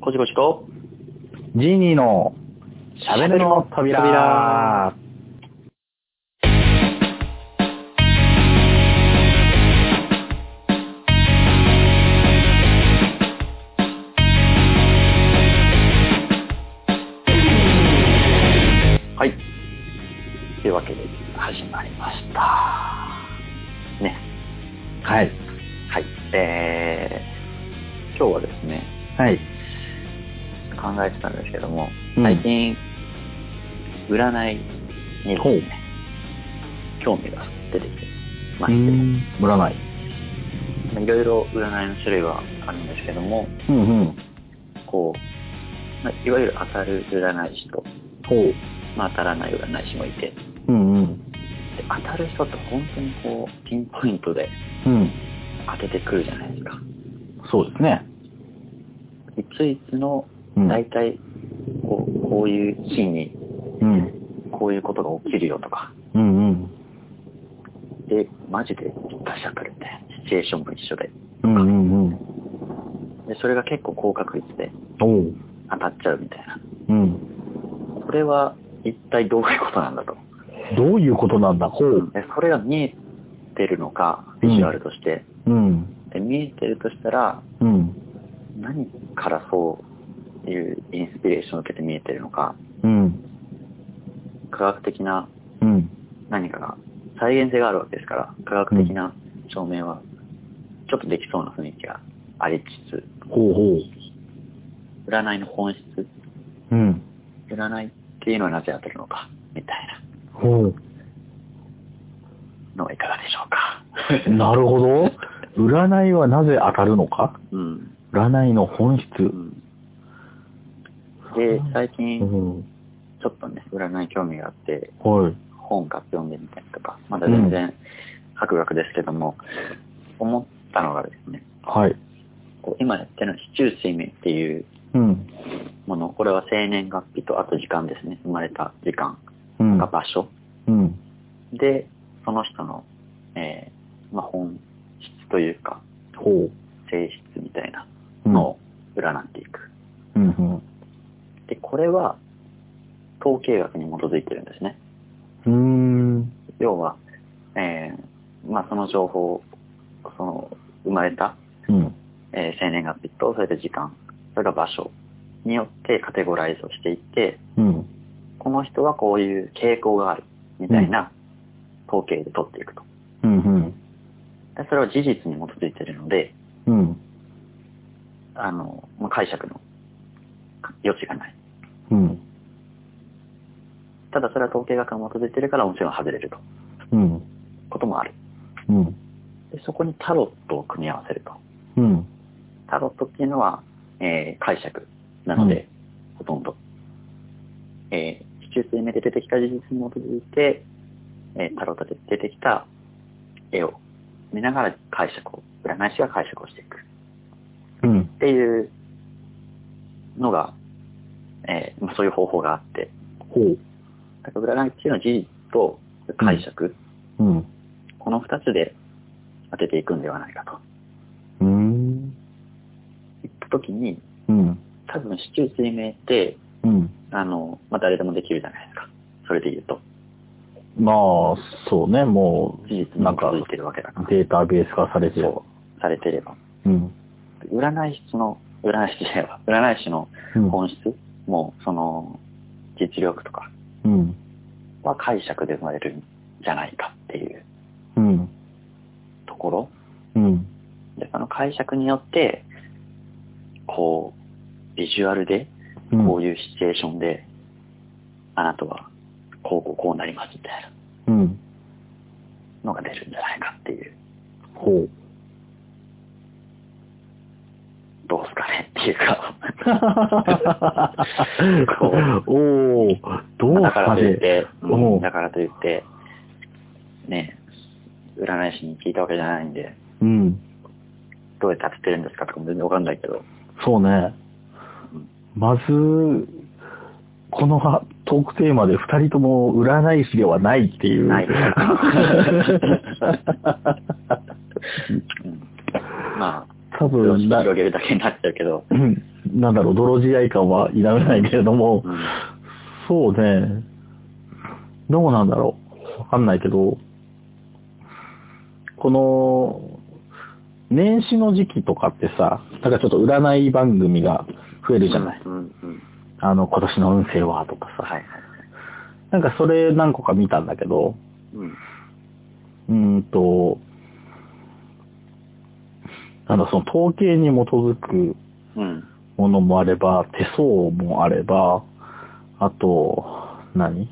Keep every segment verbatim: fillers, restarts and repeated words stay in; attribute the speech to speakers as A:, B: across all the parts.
A: こちこちと
B: ジーニーのしゃべるの扉。
A: 扉はい。というわけで始まりました。ね。
B: はい。
A: はい。えー、今日はですね。
B: はい。
A: 考えてたんですけども、最近、うん、占いにですね、興味が出てきてまして、
B: 占い。
A: いろいろ占いの種類はあるんですけども、
B: うんうん、
A: こう、いわゆる当たる占い師と、まあ、当たらない占い師もいて、
B: うんうん、
A: で当たる人って本当にこうピンポイントで当ててくるじゃないですか。
B: うん、そうですね。
A: いついつの大体こう、こういう日にこういうことが起きるよとか、
B: うんうん、
A: でマジで一発当たるみたいなシチュエーションも一緒でとか、
B: うんうんうん、
A: でそれが結構高確率で当たっちゃうみたいな、うん、それは一体どういうことなんだと。
B: どういうことなんだ。ほう。
A: でそれが見えてるのかビジュアルとして、うん、で見えてるとしたら、うん、何からそういうインスピレーションを受けて見えてるのか、うん、科学的な何かが再現性があるわけですから、科学的な証明はちょっとできそうな雰囲気がありつつ、ほうほう、占いの本質、うん、占いっていうのはなぜ当たるのかみたいな、ほうのはいかがでしょうか。
B: なるほど。占いはなぜ当たるのか、うん、占いの本質、うん、
A: で最近、うん、ちょっとね占い興味があって、はい、本買って読んでみたりとか、まだ全然博学ですけども、うん、思ったのがですね、はい、こう今やってるのは四柱推命っていうもの、これは生年月日とあと時間ですね、生まれた時間が場所、うん、でその人の、えーまあ、本質というか性質みたいなのを占っていく、うんうん、でこれは統計学に基づいてるんですね。うーん、要は、えーまあ、その情報、その生まれた、うんえー、生年月日とそれで時間、それから場所によってカテゴライズをしていって、うん、この人はこういう傾向があるみたいな統計で取っていくと、うんうん、でそれは事実に基づいているので、うん、あの、まあ、解釈の余地がない、うん、ただそれは統計学が基づいているからもちろん外れると、うん、こともある、うん、でそこにタロットを組み合わせると、うん、タロットっていうのは、えー、解釈なので、うん、ほとんど、えー、四柱推命で出てきた事実に基づいて、えー、タロットで出てきた絵を見ながら解釈を、占い師が解釈をしていく、うん、っていうのが、えーまあ、そういう方法があって、ほう、だから占いっていうのは事実と解釈、うんうん、この二つで当てていくんではないかと。うーん、言ったときに、うん、多分四柱推命って、うん、あの、まあ、誰でもできるじゃないですか。それで言うと。まあ、そうね、もう、事実に基づいてるわけだから。データベース化されてれば。そう、されてれば。うん。占い師の、占い師では、占い師の本質、うん、もう、その、実力とか、うん、は解釈で生まれるんじゃないかっていう、うん、ところ。うん。で、その解釈によって、こう、ビジュアルで、こういうシチュエーションで、うん、あなたは、こうこうこうなりますみたいな、うん、のが出るんじゃないかっていう。ほう。どうすかねっていうかおお、どうすかね、まあ、だからといって、うん、だからといって、ね、占い師に聞いたわけじゃないんで、うん、どうやって当ててるんですかとかも全然わかんないけど。そうね。うん、まず、このトークテーマで二人とも占い師ではないっていう。ないですか。うん、まあ、多分広げるだけになっちゃうけど。うん、
B: なんだろう、泥仕合感は否めないけれども、うん、そうね、どうなんだろう。わかんないけど、この、年始の時期とかってさ、なんかちょっと占い番組が増えるじゃない。うんうんうん、あの、今年の運勢はとかさ。はいはい、なんかそれ何個か見たんだけど、うん、うーんと、なんだ、その統計に基づくものもあれば、手相もあれば、あと、何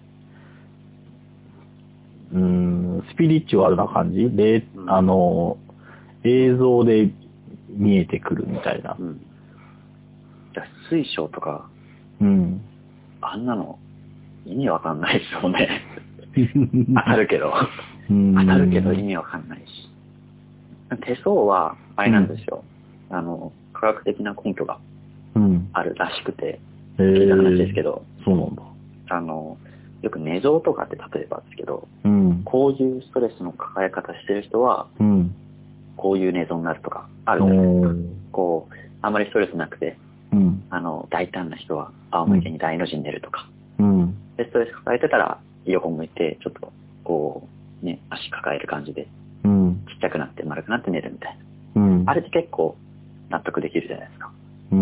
B: うーん、スピリチュアルな感じで、うん、あの、映像で見えてくるみたいな。うん、
A: 水晶とか、うん、あんなの意味わかんないですよね。当たるけど、当たるけど意味わかんないし。手相は、あれなんですよ。うん、あの、科学的な根拠があるらしくて、うん、聞いた話ですけど、
B: えー、そうなんだ。
A: あの、よく寝相とかって例えばですけど、うん、こういうストレスの抱え方してる人は、うん、こういう寝相になるとかあるじゃないですか。こう、あんまりストレスなくて、うん、あの、大胆な人は仰向けに大の字に寝るとか、うん、で、ストレス抱えてたら横向いて、ちょっと、こう、ね、足抱える感じで、うん、ちっちゃくなって丸くなって寝るみたいな。うん、あれって結構納得できるじゃないですか。うん、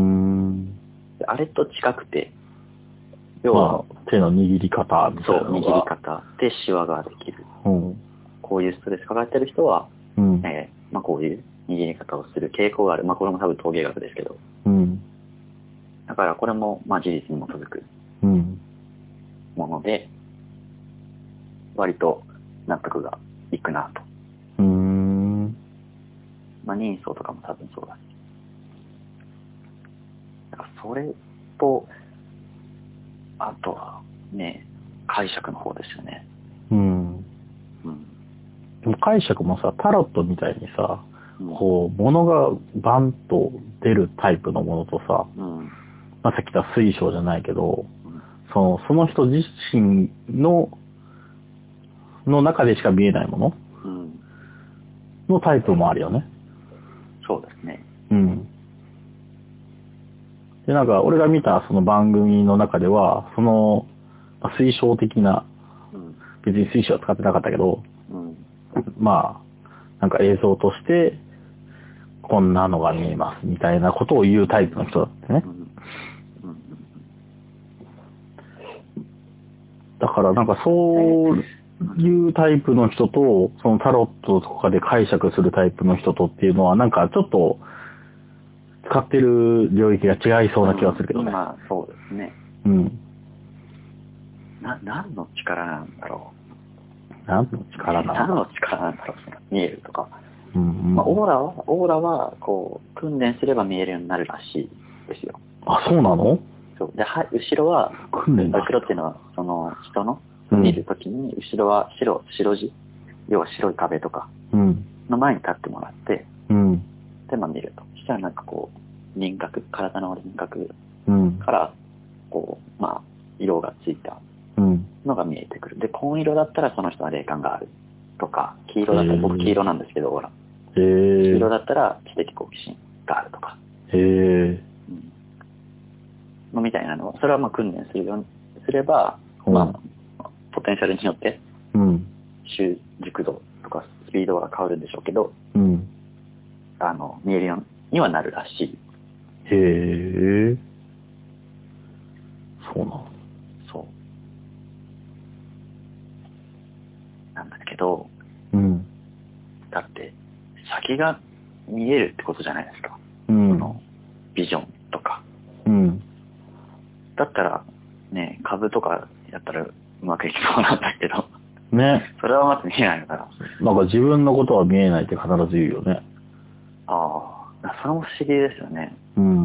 A: あれと近くて、
B: 要は、まあ、手の握り方みたいなのが。
A: そう、握り方でシワができる。うん、こういうストレス抱えてる人は、うん、えー、まあこういう握り方をする傾向がある。まあこれも多分統計学ですけど。うん、だからこれも、まあ事実に基づくもので、割と納得がいくなと。うーん、まあ人相とかも多分そうだし。だからそれと、あとはね、解釈の方ですよね。うん。
B: うん、でも解釈もさ、タロットみたいにさ、うん、こう、物がバンと出るタイプのものとさ、うん、まあさっき言った水晶じゃないけど、うん、その、その人自身の、の中でしか見えないもの、うん、のタイプもあるよね。
A: そうですね。
B: うん。で、なんか、俺が見たその番組の中では、その、水晶的な、うん、別に水晶は使ってなかったけど、うん、まあ、なんか映像として、こんなのが見えます、みたいなことを言うタイプの人だってね。うんうん、だからなんかそういうタイプの人と、そのタロットとかで解釈するタイプの人とっていうのは、なんかちょっと、使ってる領域が違いそうな気がするけどね。うん、
A: まあ、そうですね。うん。な、何の力なんだろ
B: う。何の力なの
A: 何の力なんだろう、見えるとか。うんうん、まあ、オーラは、オーラは、こう、訓練すれば見えるようになるらしいですよ。
B: あ、そうなの？
A: そう。で、は、後ろは、訓練だ。黒っていうのは、その、人の、見るときに、後ろは白、白地、要は白い壁とか、の前に立ってもらって、うん、で、まあ見ると。そしたらなんかこう、輪郭、体の輪郭から、こう、まあ、色がついたのが見えてくる。で、紺色だったらその人は霊感があるとか、黄色だったら、僕黄色なんですけど、ほら。黄色だったら知的好奇心があるとか。へー。うん。みたいなのを、それはまあ訓練するようにすれば、うん、まあ、ポテンシャルによって、うん。習熟度とかスピードが変わるんでしょうけど、うん。あの、見えるようにはなるらしい。へえ。そうなの？そう。なんだけど、うん。だって、先が見えるってことじゃないですか。うん。その、ビジョンとか。うん。だったら、ね、株とかやったらうまくいきそうなんだけど。ね。それはまず見えないのかな。
B: なんか自分のことは見えないって必ず言うよね。
A: ああ、それも不思議ですよね。うん。うん。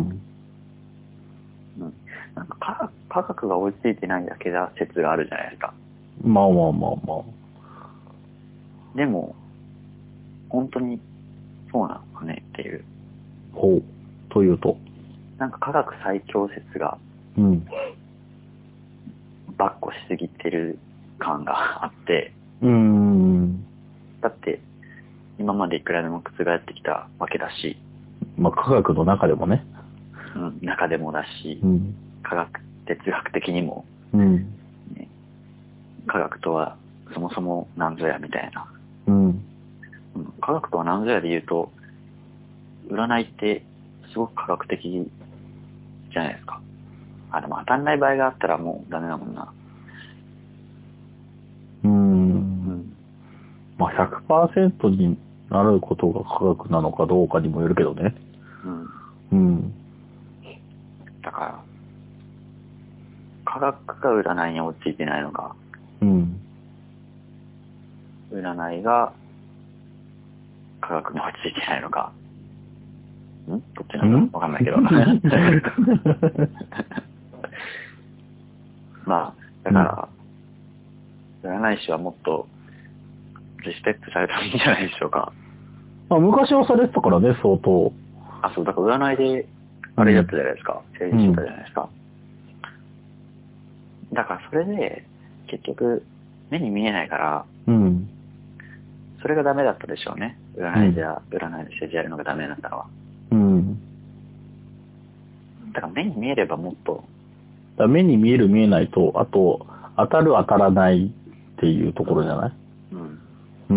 A: なんか科学、科学が追いついてないだけだ説があるじゃないですか。
B: まあまあまあまあ。
A: でも、本当にそうなのかねっていう。
B: ほう。というと。
A: なんか科学最強説が、うん。ばっこしすぎてる感があって。うん。だって、今までいくらでも覆ってきたわけだし。
B: まあ科学の中でもね。
A: うん、中でもだし、
B: うん、
A: 科学、哲学的にも、
B: うん
A: ね、科学とはそもそも何ぞやみたいな。
B: うん。
A: うん、科学とは何ぞやで言うと、占いってすごく科学的じゃないですか。あ、でも当たんない場合があったらもうダメだもんな。
B: うーん。うん、まあ ひゃくパーセント になることが科学なのかどうかにもよるけどね。
A: うん。
B: うん。
A: だから、科学が占いに陥ってないのか。
B: うん。
A: 占いが科学に陥ってないのか。んどっちなんだわかんないけど。まあ、だから、うん、占い師はもっとリスペクトされたらいいんじゃないでしょうか。
B: まあ、昔はされてたからね、相当。
A: あ、そう、だから占いで、あれやったじゃないですか。成立してたじゃないですか。うん、だからそれで、結局、目に見えないから、
B: うん、
A: それがダメだったでしょうね。占いじゃ、うん、占いで政治やるのがダメだったのは。
B: うん。
A: だから目に見えればもっと。
B: だ目に見える見えないと、あと、当たる当たらないっていうところじゃない？うん。うん。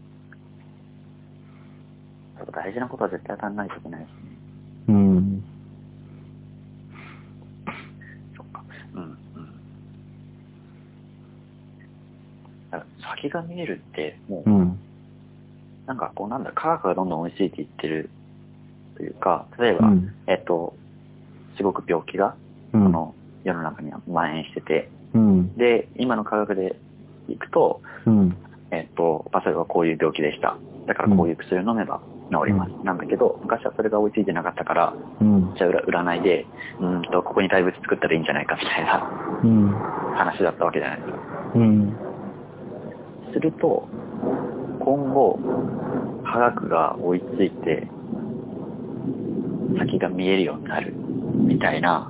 A: 大事なことは絶対当たらないといけないですね。
B: うん。
A: そっか。うん、うん。だから先が見えるって、もう、うん、なんかこうなんだ、科学がどんどん追いついていってるというか、例えば、うん、えっと、すごく病気が、うん、この世の中には蔓延してて、うん、で、今の科学でいくと、うん、えっと、例えばこういう病気でした。だからこういう薬を飲めば治ります。うん、なんだけど、昔はそれが追いついてなかったから、うん、じゃあ占いで、うんと、ここに大仏作ったらいいんじゃないかみたいな、うん、話だったわけじゃないですか。うん、すると、今後、科学が追いついて、先が見えるようになるみたいな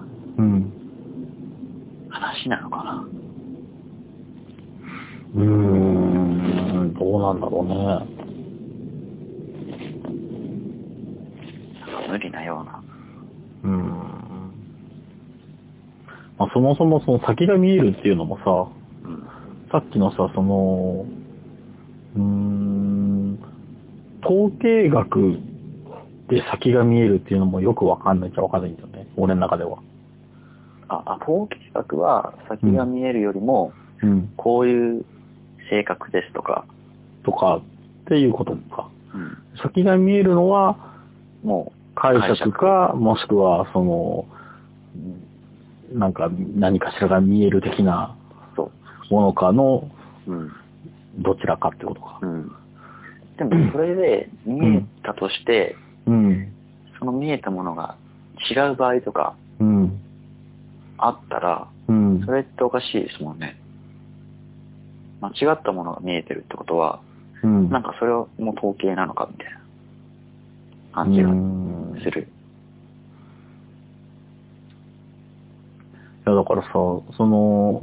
A: 話なのかな。
B: うーん、どうなんだろうね。
A: 無理なような。
B: うーん。まあ、そもそもその先が見えるっていうのもさ、うん、さっきのさ、その、うーん、統計学で先が見えるっていうのもよくわかんないっちゃわかんないんだよね。俺の中では。
A: あ、あ統計学は先が見えるよりも、うん、こういう性格ですとか。
B: とかっていうことか。うんうん、先が見えるのは、もう解釈か、もしくはその、なんか何かしらが見える的なものかの、どちらかってことか。うん、
A: でもそれで見えたとして、うんうん、その見えたものが違う場合とか、うん、あったら、うん、それっておかしいですもんね。間違ったものが見えてるってことは、うん、なんかそれはもう統計なのかみたいな感じがする。
B: いやだからさ、その、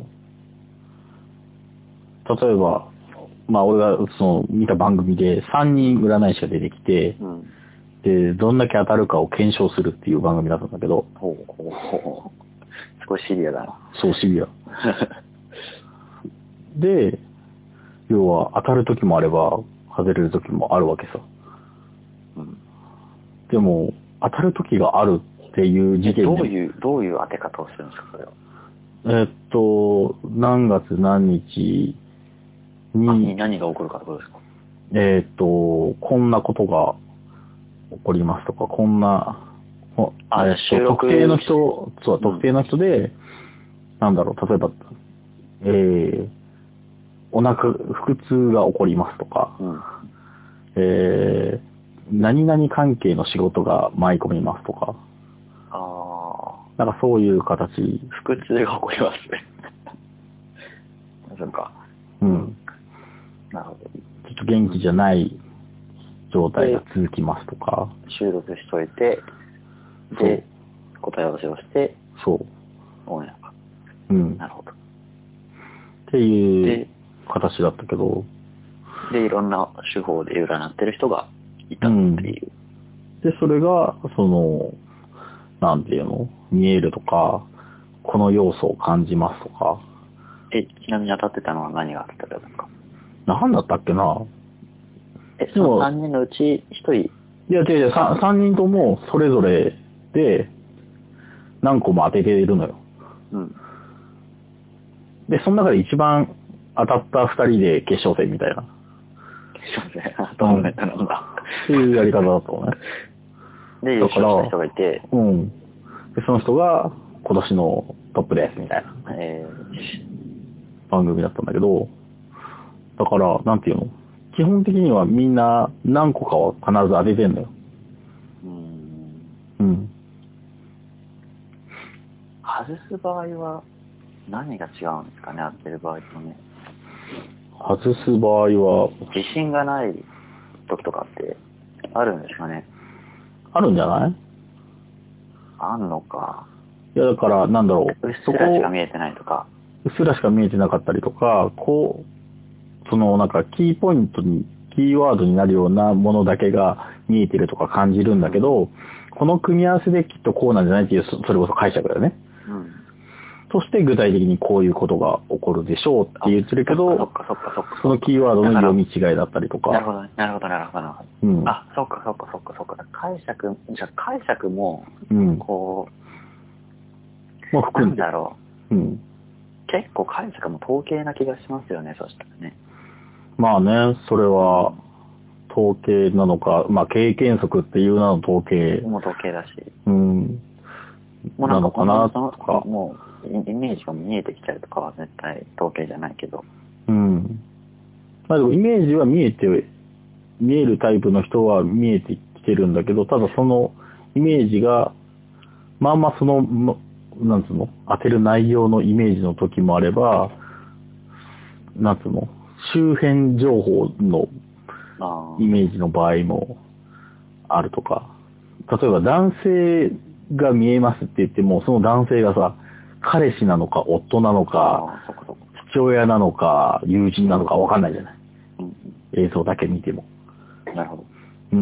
B: 例えば、まあ俺がその見た番組でさんにん占い師が出てきて、うん、で、どんだけ当たるかを検証するっていう番組だったんだけど。ほうほう
A: ほう。少しシビアだな。
B: そう、シビア。で、要は当たる時もあれば、外れる時もあるわけさ。うん、でも、当たる時があるっていう事件で。
A: どういう、どういう当て方をするんですか、それは。
B: えっと、何月何日
A: に何が起こるかってことですか。
B: えっと、こんなことが起こりますとか、こんな、
A: あ、えっと、
B: 特定の人、そう、特定の人で、うん、なんだろう、例えば、えー、お腹、腹痛が起こりますとか、うん、えー、何々関係の仕事が舞い込みますとか、ああ。なんかそういう形。
A: 腹痛が起こりますね。そうか。
B: うん。なるほど。ちょっと元気じゃない状態が続きますとか。
A: 収録しといて、で、答え合わせをして、
B: そう。
A: オンエアか。
B: うん。
A: なるほど。
B: っていう形だったけど。
A: で、いろんな手法で占ってる人がいたっていう。
B: うん、で、それが、その、 なんていうの見えるとか、この要素を感じますとか。
A: え、ちなみに当たってたのは何が当たってたんですか？
B: なんだったっけな。
A: え、そのさんにんのうちひとり？い
B: や、違う違う、さんにんともそれぞれで何個も当てているのよ。うん。で、その中で一番当たったふたりで決勝戦みたいな。
A: 決勝戦トーナメントなんだ。
B: っていうやり方だと思うね。
A: で、優勝した人がいて。
B: うん。で、その人が今年のトップですみたいな。えー、番組だったんだけど、だから、なんていうの？基本的にはみんな何個かは必ず当ててんのよ。うん。うん。
A: 外す場合は何が違うんですかね、当てる場合とね。
B: 外す場合は
A: 自信がない時とかってあるんですかね。
B: あるんじゃない？
A: あんのか。
B: いやだからなんだろう。
A: うっすらしか見えてないとか。
B: うっすらしか見えてなかったりとか、こう、そのなんかキーポイントに、キーワードになるようなものだけが見えてるとか感じるんだけど、この組み合わせできっとこうなんじゃないっていう、それこそ解釈だよね。うん。そして具体的にこういうことが起こるでしょうって言ってるけど、
A: そっかそっかそっか。
B: そのキーワードの読み違いだったりとか。
A: なるほどね。なるほどなるほどなるほど。うん。あ、そっかそっかそっかそっか。解釈、じゃあ解釈も、うん、こう、もう含んだろう。うん。結構解釈も統計な気がしますよね、そしたらね。
B: まあね、それは、統計なのか、まあ経験則っていう名の統計。
A: もう統計だし。
B: うん。もうなのかなとか。
A: もうイメージが見えてきたりとかは絶対統計じゃないけど。
B: うん。まあでもイメージは見えて、見えるタイプの人は見えてきてるんだけど、ただそのイメージが、まあまあその、なんつうの、当てる内容のイメージの時もあれば、なんつうの、周辺情報のイメージの場合もあるとか。例えば男性が見えますって言っても、その男性がさ、彼氏なのか夫なのか、父親なのか、友人なのか分かんないじゃない。うん、映像だけ見ても。
A: なるほど。
B: うん。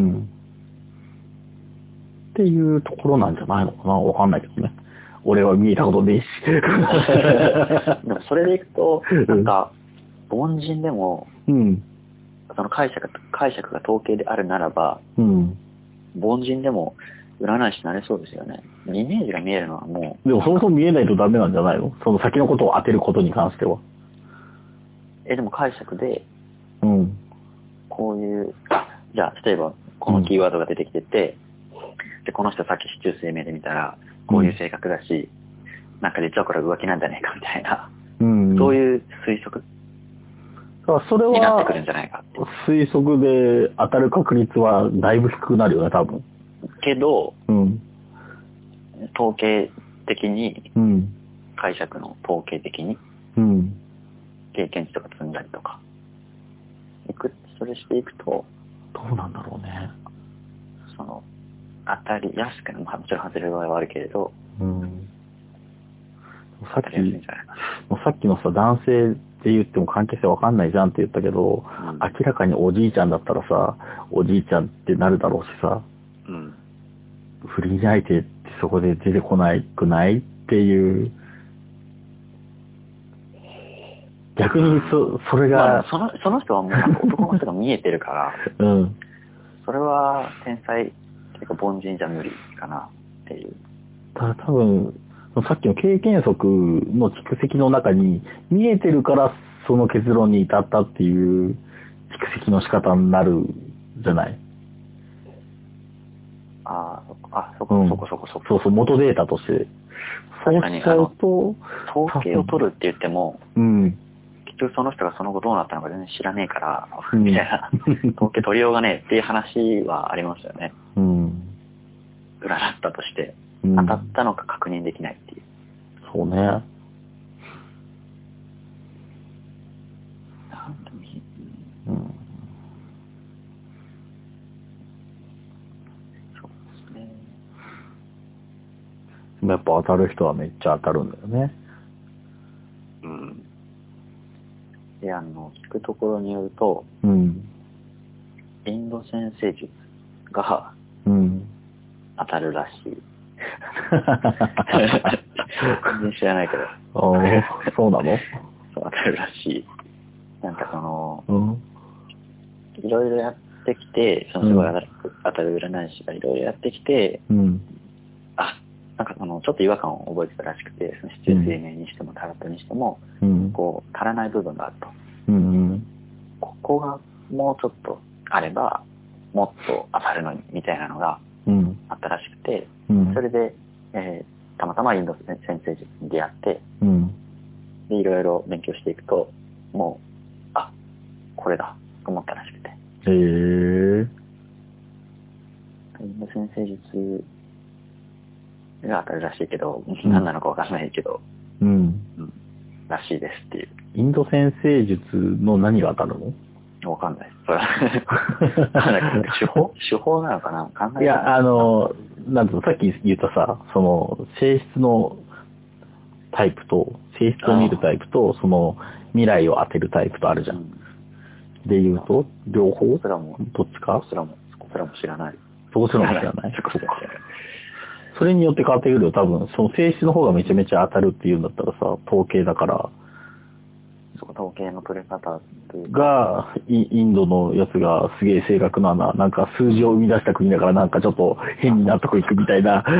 B: っていうところなんじゃないのかな、分かんないけどね。俺は見えたことねえし。
A: でもそれでいくと、なんか、凡人でも、うん、その解釈、解釈が統計であるならば、うん、凡人でも占い師になれそうですよね。イメージが見えるのはも
B: う。でもそもそも見えないとダメなんじゃないの？その先のことを当てることに関しては。
A: え、でも解釈で、うん、こういう、じゃあ、例えば、このキーワードが出てきてて、うん、で、この人さっき四柱推命で見たら、こういう性格だし、うん、なんか実はこれ浮気なんじゃねえかみたいな、うん、そういう推測
B: それは、
A: になってくるんじゃないかって。
B: 推測で当たる確率はだいぶ低くなるよね、多分。
A: けど、うん、統計的に、うん、解釈の統計的に、うん、経験値とか積んだりとか、いく、それしていくと、
B: どうなんだろうね。
A: その、当たりやすくも、もちろん外れる場合はあるけれど、うん、
B: さっき、もうさっきのさ、男性って言っても関係性わかんないじゃんって言ったけど、うん、明らかにおじいちゃんだったらさ、おじいちゃんってなるだろうしさ、うん、不倫相手ってそこで出てこないくないっていう、逆にそ、それが、ま
A: あ、その、その人はもうなんか男の人が見えてるから、うん、それは天才っていうか凡人じゃ無理かなっていう。
B: ただ多分、さっきの経験則の蓄積の中に見えてるからその結論に至ったっていう蓄積の仕方になるじゃない。
A: ああ、そこ、うん、そこそこそこ。
B: そうそう、元データとして。
A: そうしちゃうと、統計を取るって言っても、うん、結局その人がその後どうなったのか全然知らねえから、うん、みたいな、統計取りようがねえっていう話はありますよね。うん、占ったとして。当たったのか確認できないっていう。
B: そうね。
A: なんでもいい、うん。そうですね。
B: やっぱ当たる人はめっちゃ当たるんだよね。
A: うん。で、あの、聞くところによると、うん、インド先生術が、うん、当たるらしい。 全然知らないけど。
B: あそうなの？
A: そう当たるらしい。なんかその、
B: うん、
A: いろいろやってきて、そのすごい当たる占い師がいろいろやってきて、うん、あ、なんかそのちょっと違和感を覚えてたらしくて、その七星命にしてもタロットにしても、うん、こう足らない部分があると。うんうん、ここがもうちょっとあればもっと当たるのにみたいなのがあったらしくて、うん、それで、えー、たまたまインド先生術に出会って、うん、でいろいろ勉強していくともうあこれだと思ったらしくて、へえ。インド先生術が当たるらしいけど、うん、何なのかわかんないけど、うん、うん、らしいですっていう。
B: インド先生術の何が当たるの？
A: わかんない。それは手法手法なのかな考え方。
B: いや、あの、なんていうの、さっき言ったさ、その、性質のタイプと、性質を見るタイプと、その、未来を当てるタイプとあるじゃん。うん、で言うと、両方どっちか
A: そこすらも、そこすらも知らない。
B: そこすらも知らない。そこすらも知らない。それによって変わってくるよ。多分、その性質の方がめちゃめちゃ当たるっていうんだったらさ、統計だから、
A: 統計の取れ方という
B: かがインドのやつがすげえ正確なな、なんか数字を生み出した国だからなんかちょっと変に納得いくみたいな。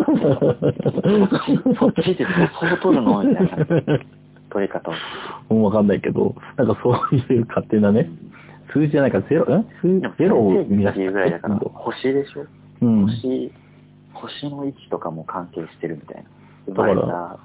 A: そっちでそう取るのみたいな取り方を。
B: もうわかんないけど、なんかそういう勝手なね、数字じゃないかゼロ、んゼロを生み出した
A: ぐらいだから星でしょ、うん、星、星の位置とかも関係してるみたいな。
B: だから、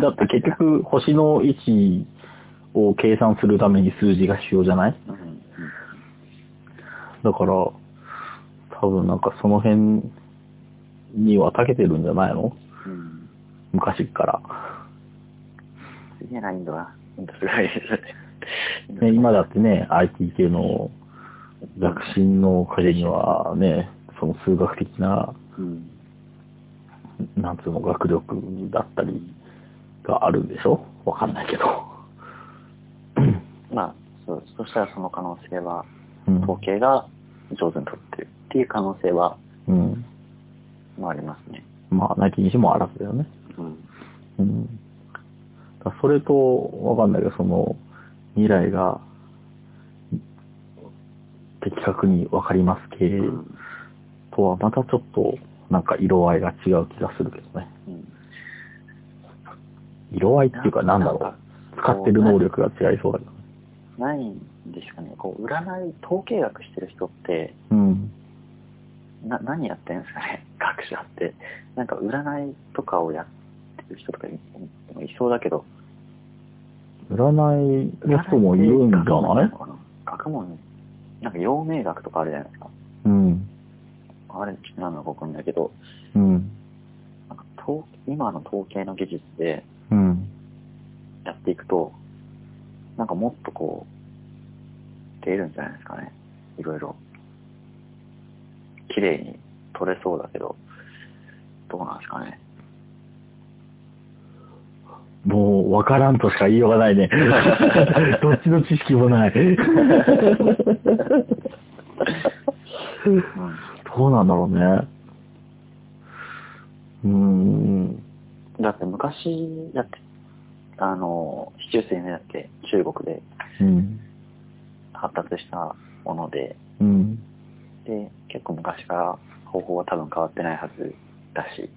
B: だって結局星の位置を計算するために数字が必要じゃない？うんうん、だから、多分なんかその辺には長けてるんじゃないの？うん、昔から。
A: すげえな、インドは。インドすごいです
B: ね。今だってね、アイティー 系の学信の陰にはね、その数学的な、うん、なんつうの、学力だったりがあるんでしょ？わかんないけど。
A: まあ、そう、そしたらその可能性は、うん、統計が上手に取ってるっていう可能性は、うん、まあありますね。
B: まあ、なきにしもあらずだよね。うん。うん。だそれと、わかんないけど、その、未来が、的確にわかります系とは、またちょっと、なんか色合いが違う気がするけどね。うん、色合いっていうか、なんだろう。使ってる能力が違いそうだけど。
A: ないんですかね。こう、占い、統計学してる人って、うん、な、何やってんですかね、学者って。なんか占いとかをやってる人とか い, いそうだけど。
B: 占いの人もいるんじゃない？
A: 学問、なんか陽明学とかあるじゃないですか。うん。あれ、何のか分かんないけど、うん。なんか今の統計の技術で、うん。やっていくと、なんかもっとこう、出るんじゃないですかね。いろいろ。綺麗に取れそうだけど、どうなんですかね。
B: もう、わからんとしか言いようがないね。どっちの知識もない。どうなんだろうね。うーん。
A: だって昔、だって、あの、七星目だって中国で発達したもので、うん、で、結構昔から方法は多分変わってないはずだし、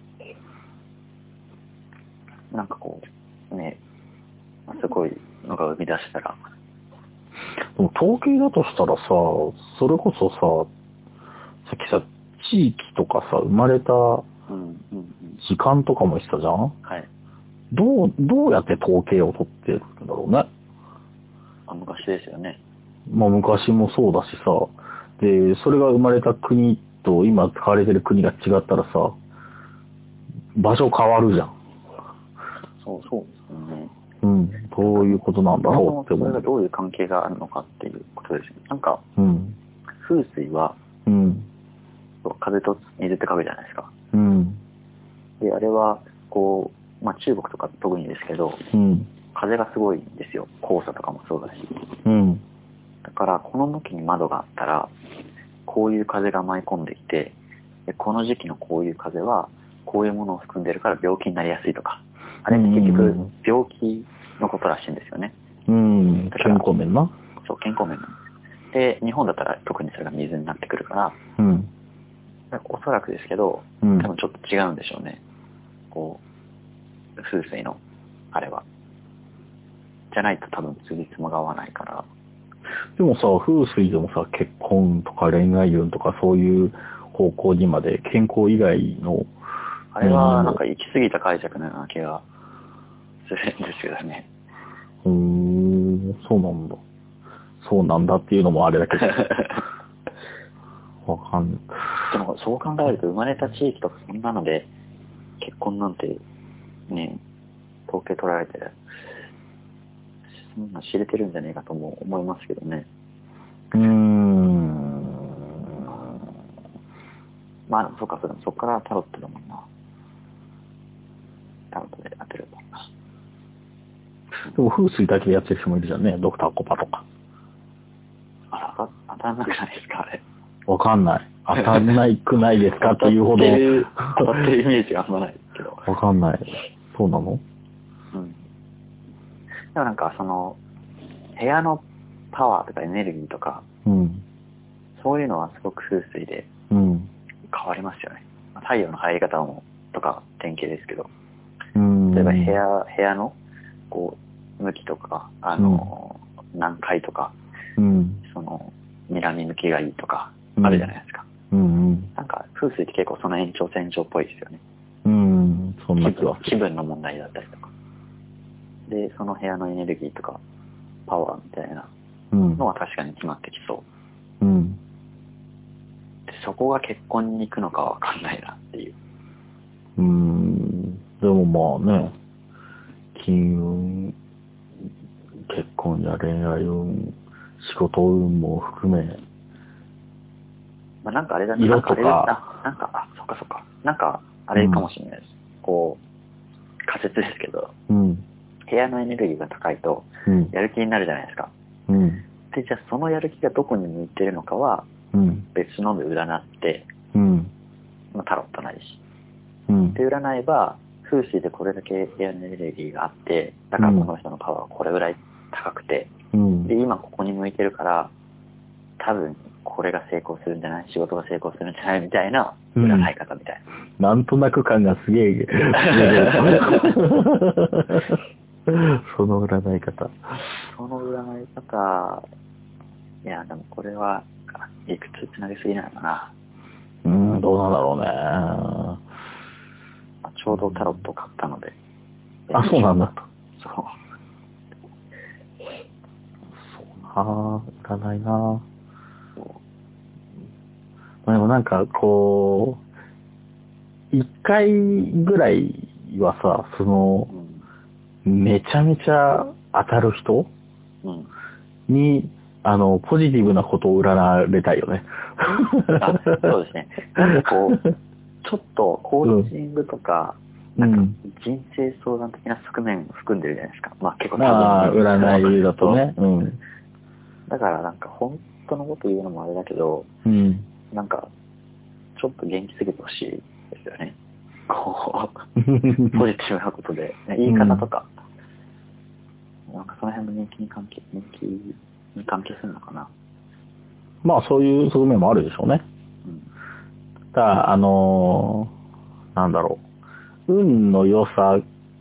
A: なんかこう、ね、すごいのが生み出したら。
B: でも統計だとしたらさ、それこそさ、さっきさ、地域とかさ、生まれた時間とかもしたじゃん、うんうんうん、はい。どう、どうやって統計を取ってるんだろうね。
A: あ、昔ですよね。
B: まあ昔もそうだしさ、で、それが生まれた国と今使われてる国が違ったらさ、場所変わるじゃん。
A: そう、そうですよね。
B: うん。どういうことなんだろうって思う。
A: それがどういう関係があるのかっていうことですよね。なんか、うん、風水は、うん、風と水って書くじゃないですか。うん、で、あれは、こう、まあ中国とか特にですけど、うん、風がすごいんですよ。黄砂とかもそうだし。うん、だから、この向きに窓があったら、こういう風が舞い込んできて、でこの時期のこういう風は、 こういうものを含んでるから病気になりやすいとか、あれって結局病気のことらしいんですよね。
B: うん、健康面な。
A: そう、健康面なんです。で、日本だったら特にそれが水になってくるから、
B: うん、
A: おそらくですけど、
B: うん、
A: 多分ちょっと違うんでしょうね。こう、風水の、あれは。じゃないと多分つじつまが合わないから。
B: でもさ、風水でもさ、結婚とか恋愛運とかそういう方向にまで健康以外の、
A: あれはなんか行き過ぎた解釈のような気がするんですけどね。
B: うーん、そうなんだ。そうなんだっていうのもあれだけど。わかんない。
A: でもそう考えると生まれた地域とかそんなので結婚なんてね、統計取られてそんな知れてるんじゃねえかとも思いますけどね。
B: うーん。
A: まあそうか、それもそこからタロットだもんな。タロットで当てるもんな。
B: でも風水だけでやってる人もいるじゃんね。ドクターコパとか。
A: あら、当たんなくないですか、あれ。
B: わかんない。当たんないくないですかというほど。
A: 当たってるイメージがあんまないけど。
B: わかんない。そうなの？
A: うん。でもなんかその、部屋のパワーとかエネルギーとか、
B: うん、
A: そういうのはすごく風水で変わりますよね。うん、太陽の入り方もとか典型ですけど、うん、例えば部屋、部屋のこう向きとか、あの、うん、南海とか、うん、その南向きがいいとかあるじゃないですか。うんうん、なんか風水って結構その延長線上っぽいですよね。うん、そんな気は気分の問題だったりとか。で、その部屋のエネルギーとかパワーみたいなのは確かに決まってきそう。うん。で、そこが結婚に行くのかはわかんないなっていう。
B: うーん。でもまあね、金運、結婚や恋愛運、仕事運も含め。
A: まあなんかあれだね。
B: 色とか。
A: なんかあ、なんか、あ、そっかそっか。なんか、あれかもしれないです。うん、こう、仮説ですけど、うん、部屋のエネルギーが高いと、やる気になるじゃないですか。うん、で、じゃあそのやる気がどこに向いてるのかは、別ので占って、うん、まあ、タロットなりし。うん、で、占えば、風水でこれだけ部屋のエネルギーがあって、だからこの人のパワーはこれぐらい高くて、うん、で、今ここに向いてるから、多分これが成功するんじゃない、仕事が成功するんじゃないみたいな占い方みたい
B: な。うん、なんとなく感がすげえ。その占い方。
A: その占い方、いや、でもこれは、理屈つなげすぎなのかな。
B: うーん、どうなんだろうね。
A: ちょうどタロット買ったので。
B: あ、そうなんだ。
A: そう。
B: そうなぁ、占いなぁ。でもなんか、こう、一回ぐらいはさ、その、うん、めちゃめちゃ当たる人、うん、に、あの、ポジティブなことを占われたいよね。
A: あ、そうですね。なんかこう、ちょっとコーチングとか、うん、なんか人生相談的な側面を含んでるじゃないですか。まあ結構多分、ね。
B: ああ、占いだとね。うん。
A: だからなんか本当のこと言うのもあれだけど、うん、なんか、ちょっと元気すぎてほしいですよね。こう、ポジティブなことで、ね、言い方とか、うん、なんかその辺の人気に関係、人気に関係するのかな。
B: まあそういう側面もあるでしょうね。うん、ただ、あのー、なんだろう。運の良さ、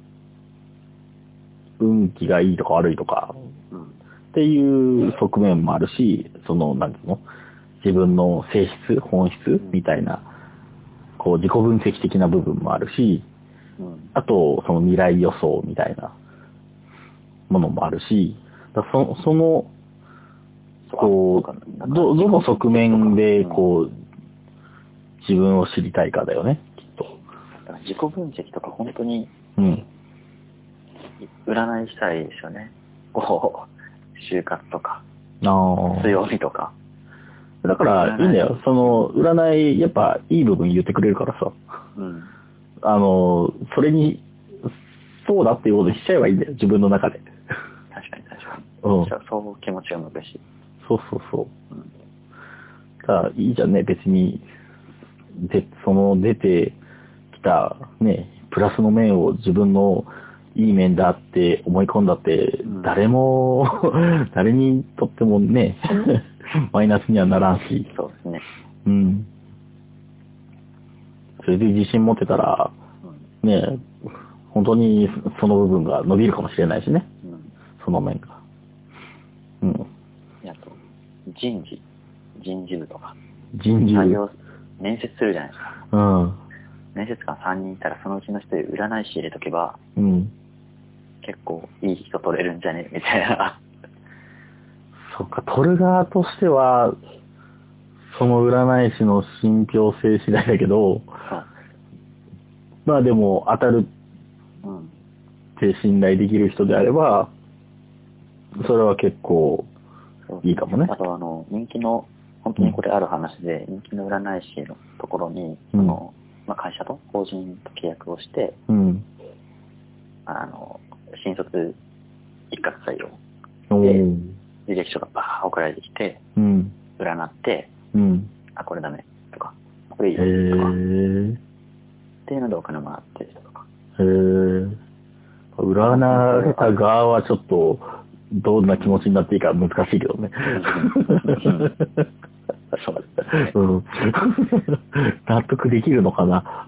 B: 運気がいいとか悪いとか、うん、っていう側面もあるし、その、なんていうの、自分の性質、本質みたいな、こう自己分析的な部分もあるし、うん、あと、その未来予想みたいなものもあるし、だそその、こう、ど、どの側面で、こう、自分を知りたいかだよね、きっと。
A: だから自己分析とか本当に、うん。占いしたいですよね。こう、就活とか、強みとか。
B: だから、いいんだよ。その、占い、やっぱ、いい部分言ってくれるからさ。うん。あの、それに、そうだっていうことにしちゃえばいいんだよ、自分の中で。
A: 確かに確かに。うん。そう気持ちが向くし。
B: そうそうそう。うん。だから、いいじゃんね、別に。で、その、出てきたね、プラスの面を自分のいい面だって思い込んだって、誰も、うん、誰にとってもね、マイナスにはならんし。
A: そうですね。
B: うん。それで自信持ってたら、うん、ね、本当にその部分が伸びるかもしれないしね。うん、その面が。うん。
A: あと、人事、人事部とか。
B: 人事部。
A: 採用、面接するじゃないですか。
B: うん。
A: 面接官さんにんいたらそのうちのひとり占い師入れとけば、
B: うん。
A: 結構いい人取れるんじゃねみたいな。
B: そっか、取る側としては、その占い師の信憑性次第だけど、まあでも当たるって信頼できる人であれば、それは結構いいかもね。
A: あとあの、人気の、本当にこれある話で、うん、人気の占い師のところに、その、うん、まあ、会社と法人と契約をして、うん、あの、新卒一括採用で、履歴書がバー送られてきて、うん、占って、うん、あ、これダメとか、これいいよとか、っていうのでお金もらってる人とか。
B: へー。占われた側はちょっと、どんな気持ちになっていいか難しいけどね。
A: そうですね。
B: うん、納得できるのかな。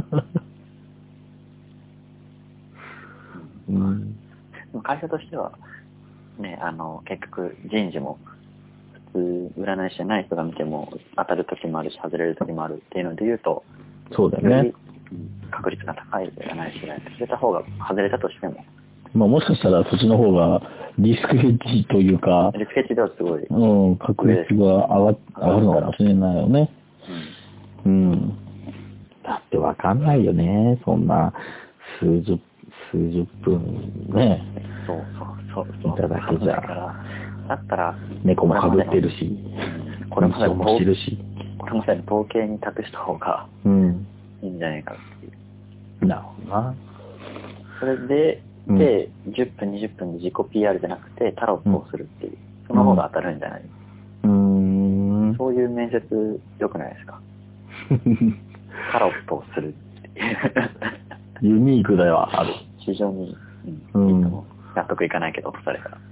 A: うん、会社としては、ね、あの、結局人事も普通占い師じゃない人が見ても当たる時もあるし外れる時もあるっていうので言うと、
B: そうだよね。
A: 確率が高い占い師がやってくれた方が外れたとしても、
B: まあもしかしたらそっちの方がリスクヘッジというか、
A: リスクヘッジではすごい、
B: うん、確率が上が、上がるのかもしれないよね。うん。うん。だってわかんないよね。そんな数十、数十分ね。
A: そうそうそう。
B: いただけじゃ。
A: だったら、
B: 猫もかぶってるし、
A: これまで
B: もしてるし。
A: これまでの統計に託した方がいいんじゃないかっていう。
B: うん、なるほどな。
A: それで、で、うん、じゅっぷん、にじゅっぷんで自己 ピーアール じゃなくてタロットをするっていう。うん、その方が当たるんじゃない、うん、そういう面接良くないですか？タロットをするっていう。
B: ユニークではある。
A: 非常に、うん、いいと思う。納得いかないけど、落とされたら。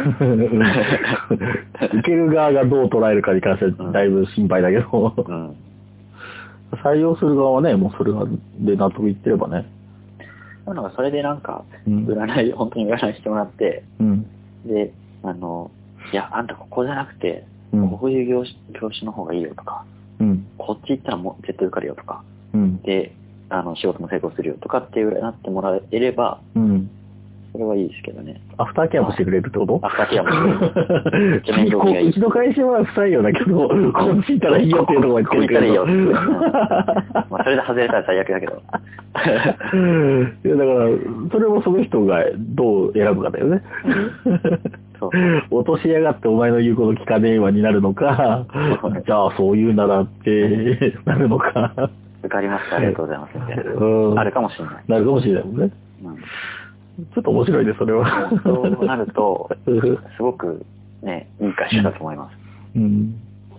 B: 受ける側がどう捉えるかに関してはだいぶ心配だけど、うん、採用する側はね、もうそれで納得いってればね。
A: なんかそれでなんか、占い、うん、本当に占いしてもらって、うん、で、あの、いや、あんたここじゃなくて、うん、こういう業種、業種の方がいいよとか、うん、こっち行ったらもう絶対受かるよとか、うん、で、あの、仕事も成功するよとかっていうなってもらえれば、うん、それはいいですけどね。
B: アフターケアもしてくれるってこと？
A: アフターケアもしてくれる。
B: うちの会社は不採用だけど、こっち行ったらいいよっていうところ
A: まで言ってくれる。こっち行ったらいいよって。まあ、それで外れたら最悪だけど。
B: いや、だから、それもその人がどう選ぶかだよね。そう落としやがってお前の言うこと聞かねえわになるのか、じゃあそういうならってなるのか。
A: 受かりました、ありがとうございますみたいな。うん、あるかもしれない。
B: なるかもしれないもんね。うんちょっと面白いね、それは。
A: そうなると、すごくね、いい会社だと思います。うん。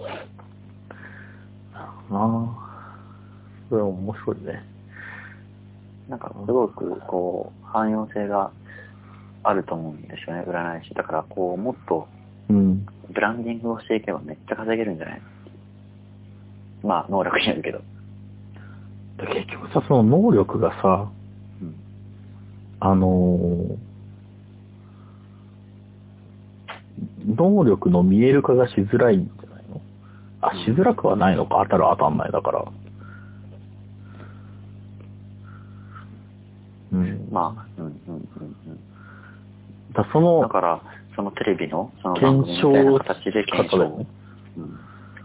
B: ああ。それは面白いね。
A: なんか、すごく、こう、汎用性があると思うんですよね、占い師。だから、こう、もっと、ブランディングをしていけばめっちゃ稼げるんじゃない？まあ、能力によるけど。
B: 結局さ、その能力がさ、あのー、能力の見える化がしづらいんじゃないの？あ、しづらくはないのか、当たる当たんないだから。
A: うん。まあ、うんうんうんうん。
B: だその、
A: だから、そのテレビの、その番組みたいな形で検証。ね、うん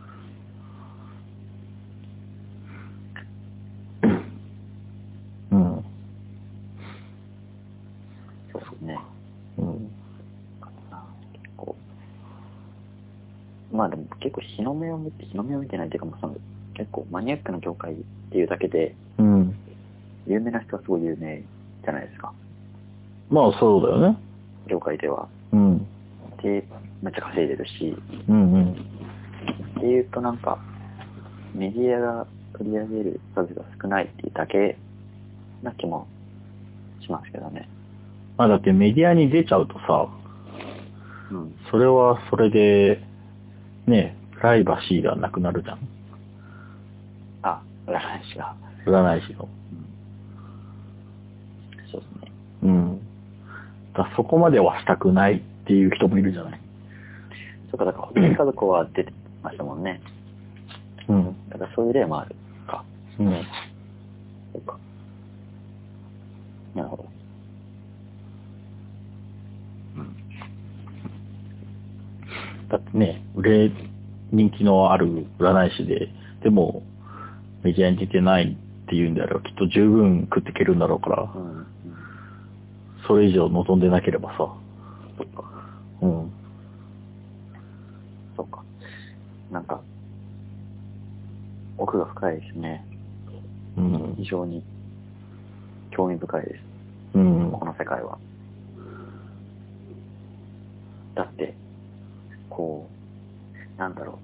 A: まあでも結構日の目を見て、日の目を見てないというか、その結構マニアックな業界っていうだけで、うん、有名な人はすごい有名じゃないですか。
B: まあそうだよね。
A: 業界では。うん。で、めっちゃ稼いでるし。うんうん。っていうとなんか、メディアが取り上げる数が少ないっていうだけな気もしますけどね。
B: まあだってメディアに出ちゃうとさ、うん、それはそれで、ね、プライバシーがなくなるじゃん。
A: あ、占い師が。
B: 占い師の。うん、
A: そうですね。
B: うん。だそこまではしたくないっていう人もいるじゃない。
A: そうか、だから、保険家族は出てましたもんね。うん。だからそういう例もあるか。うん。そうか。なるほど。
B: うん。だってね、売れ、人気のある占い師で、でも、メディアに出てないっていうんであれば、きっと十分食っていけるんだろうから、うんうん、それ以上望んでなければさ。
A: そっか。
B: うん。
A: そっか。なんか、奥が深いですね。うん。非常に興味深いです。うん。この世界は。だって、こう、なんだろ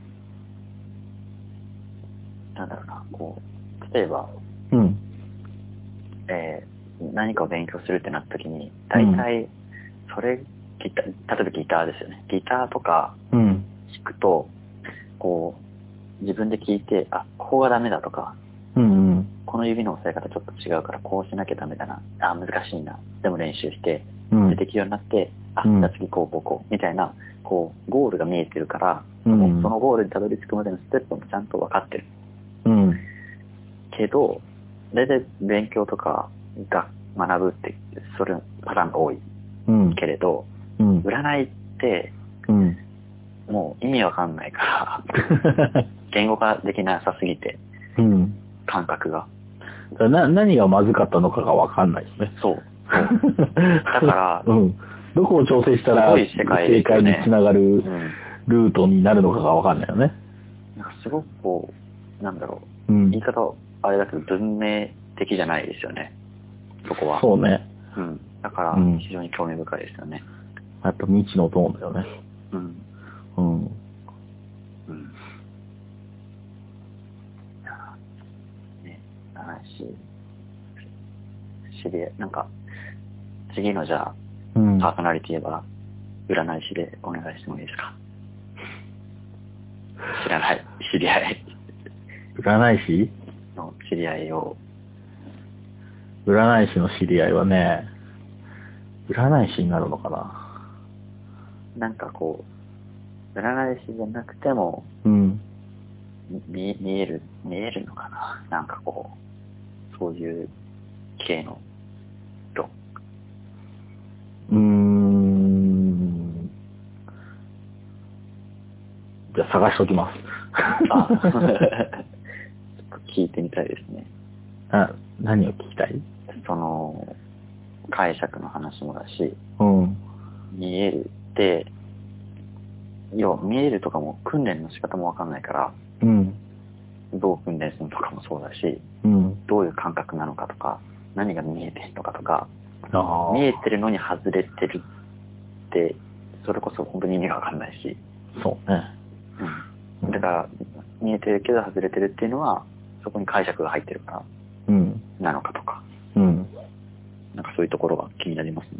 A: う。なんだろうな、こう、例えば、うん。えー、何かを勉強するってなった時に、大体、それ、ギター、例えばギターですよね。ギターとか、弾くと、うん、こう、自分で聞いて、あ、ここがダメだとか、うんうん、この指の押さえ方ちょっと違うからこうしなきゃダメだな。あ、難しいな。でも練習して、でできるようになって、あ、じゃあ次こうこうこう、みたいな、こう、ゴールが見えてるから、うん、そのゴールにたどり着くまでのステップもちゃんと分かってる。うん、けど、大体勉強とかが学ぶって、それパターンが多い。うん、けれど、うん、占いって、うん、もう意味わかんないから、言語化できなさすぎて、うん、感覚が。
B: な、何がまずかったのかがわかんないですね。
A: そう。だから、
B: うん、どこを調整したら正解につながるルートになるのかがわかんないよね。
A: なんかすごくこう、なんだろう、うん、言い方はあれだけど文明的じゃないですよね。そこは。
B: そうね。
A: うん。だから非常に興味深いですよね。
B: やっぱ未知のトーンだよね。うん。うん。うん。ね、話、知り合い、なんか、次のじゃあ、うん、パーソナリティは占い師でお願いしてもいいですか？知らない、知り合い。 占い師
A: の知り合いを。
B: 占い師の知り合いはね、占い師になるのかな。
A: なんかこう、占い師じゃなくても、うん、見、見える、見えるのかな。なんかこう、そういう系の人。
B: うーん。じゃあ探しておきます。あ
A: 聞いてみたいですね。
B: あ、何を聞きたい？
A: その、解釈の話もだし、うん、見えるって、要は見えるとかも訓練の仕方もわかんないから、うん、どう訓練するのとかもそうだし、うん、どういう感覚なのかとか、何が見えてるのかとか、見えてるのに外れてるって、それこそ本当に意味がわかんないし。
B: そうね。
A: うん。だから、見えてるけど外れてるっていうのは、そこに解釈が入ってるから、うん、なのかとか。うん。なんかそういうところが気になりますね。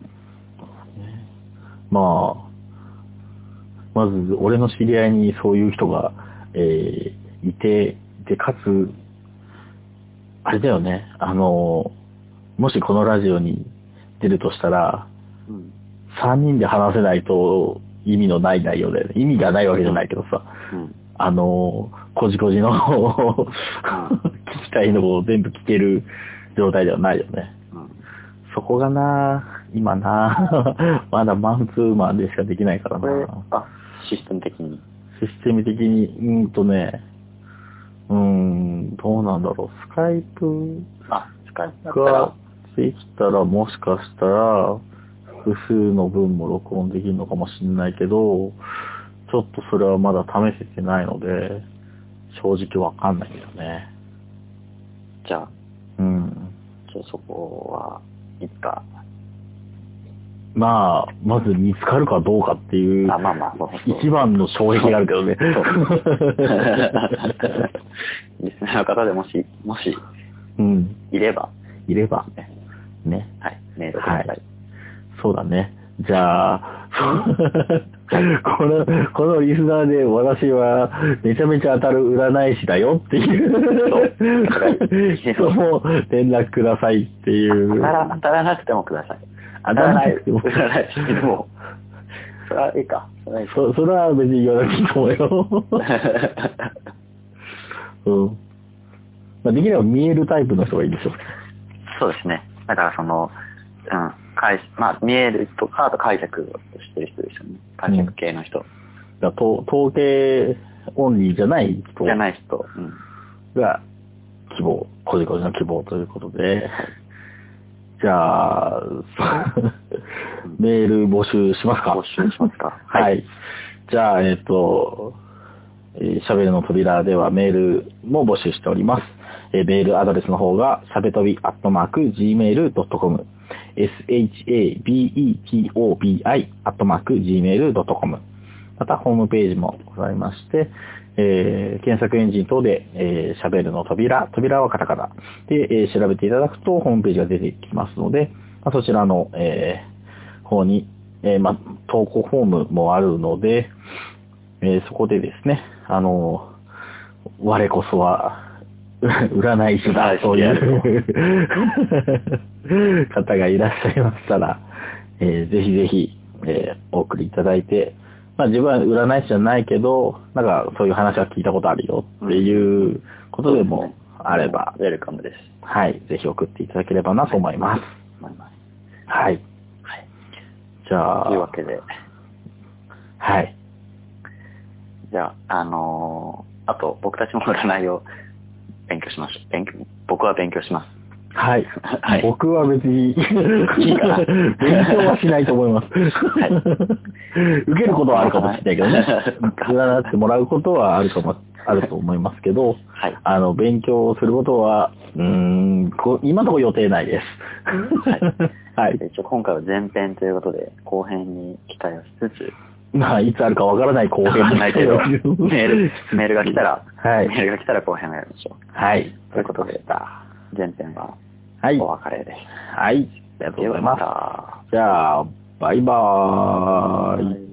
B: まあ、まず俺の知り合いにそういう人が、えー、いて、で、かつ、あれだよね、あの、もしこのラジオに出るとしたら、うん、さんにんで話せないと意味のない内容で、意味がないわけじゃないけどさ、うん、あの、こじこじの聞きたいのを全部聞ける状態ではないよね。うん、そこがな、今な、まだマンツーマンでしかできないからな。これ、
A: あ、システム的に。
B: システム的に、うんとね、うーん、どうなんだろう。スカイプ
A: あ、スカイプが
B: できたらもしかしたら、複数の文も録音できるのかもしれないけど、ちょっとそれはまだ試せてないので、正直わかんないけどね。
A: じゃあ、うん。じゃあそこは、いつか。
B: まあ、まず見つかるかどうかっていう、あ、まあまあ、そうそう一番の衝撃があるけどね。
A: リスナーの方でもし、もし、うん、いれば、
B: いれば、ね。
A: はい。メールください。はい。
B: そうだね。じゃあ、この、このリスナーで私はめちゃめちゃ当たる占い師だよっていう人も連絡くださいっていう。
A: 当たら、当たらなくてもください。
B: 当たらなくても。
A: 占い師でも。それはいいか。
B: それはいいか。そ、それは別に言わなくていいと思うよ。うん。まあ、できれば見えるタイプの人がいいでしょう。
A: そうですね。だからその、うん。解まあ、見えるとか、あと解釈をしてる人ですよね。解釈系の人。うん、
B: だと統計オンリーじゃない人。
A: じゃない人。うん、
B: が、希望、こじこじの希望ということで、じゃあ、メール募集しますか？
A: 募集しますか。
B: はい。はい。じゃあ、えっと、しゃべるの扉ではメールも募集しております。えメールアドレスの方が、しゃべとびアットマーク ジーメールドットコム。エスエイチエービーイーティーオービーアイ アットマーク ジーメールドットコム。また、ホームページもございまして、えー、検索エンジン等で、えー、しゃべるの扉、扉はカタカナで、えー、調べていただくとホームページが出てきますので、まあ、そちらの、えー、方に、えー、まあ、投稿フォームもあるので、えー、そこでですね、あのー、我こそは、占い師だという方がいらっしゃいましたら、えー、ぜひぜひ、えー、お送りいただいて、まあ自分は占い師じゃないけど、なんかそういう話は聞いたことあるよっていうことでもあれば、
A: ウェルカムです。
B: はい、ぜひ送っていただければなと思います。はい。はい。じゃあ。
A: というわけで。
B: はい。
A: じゃあ、あのー、あと僕たちも占いを勉強しましょう。勉強、僕は勉強します。
B: はい。はい、僕は別に、勉強はしないと思います。はい、受けることはあるかもしれないけどね。占ってもらうことはあるかも、あると思いますけど、はい、あの、勉強することは、うーん、今のところ予定ないです。
A: はい。はい、一応今回は前編ということで、後編に期待をしつつ、
B: まあ、いつあるかわからない後編
A: にないけど、メール、メールが来たら、
B: はい、
A: メールが来たら後編をやりましょう。
B: はい。
A: ということで、前編は、
B: はい。
A: お別れです。
B: はい。ありがとうございます。じゃあ、バイバーイ。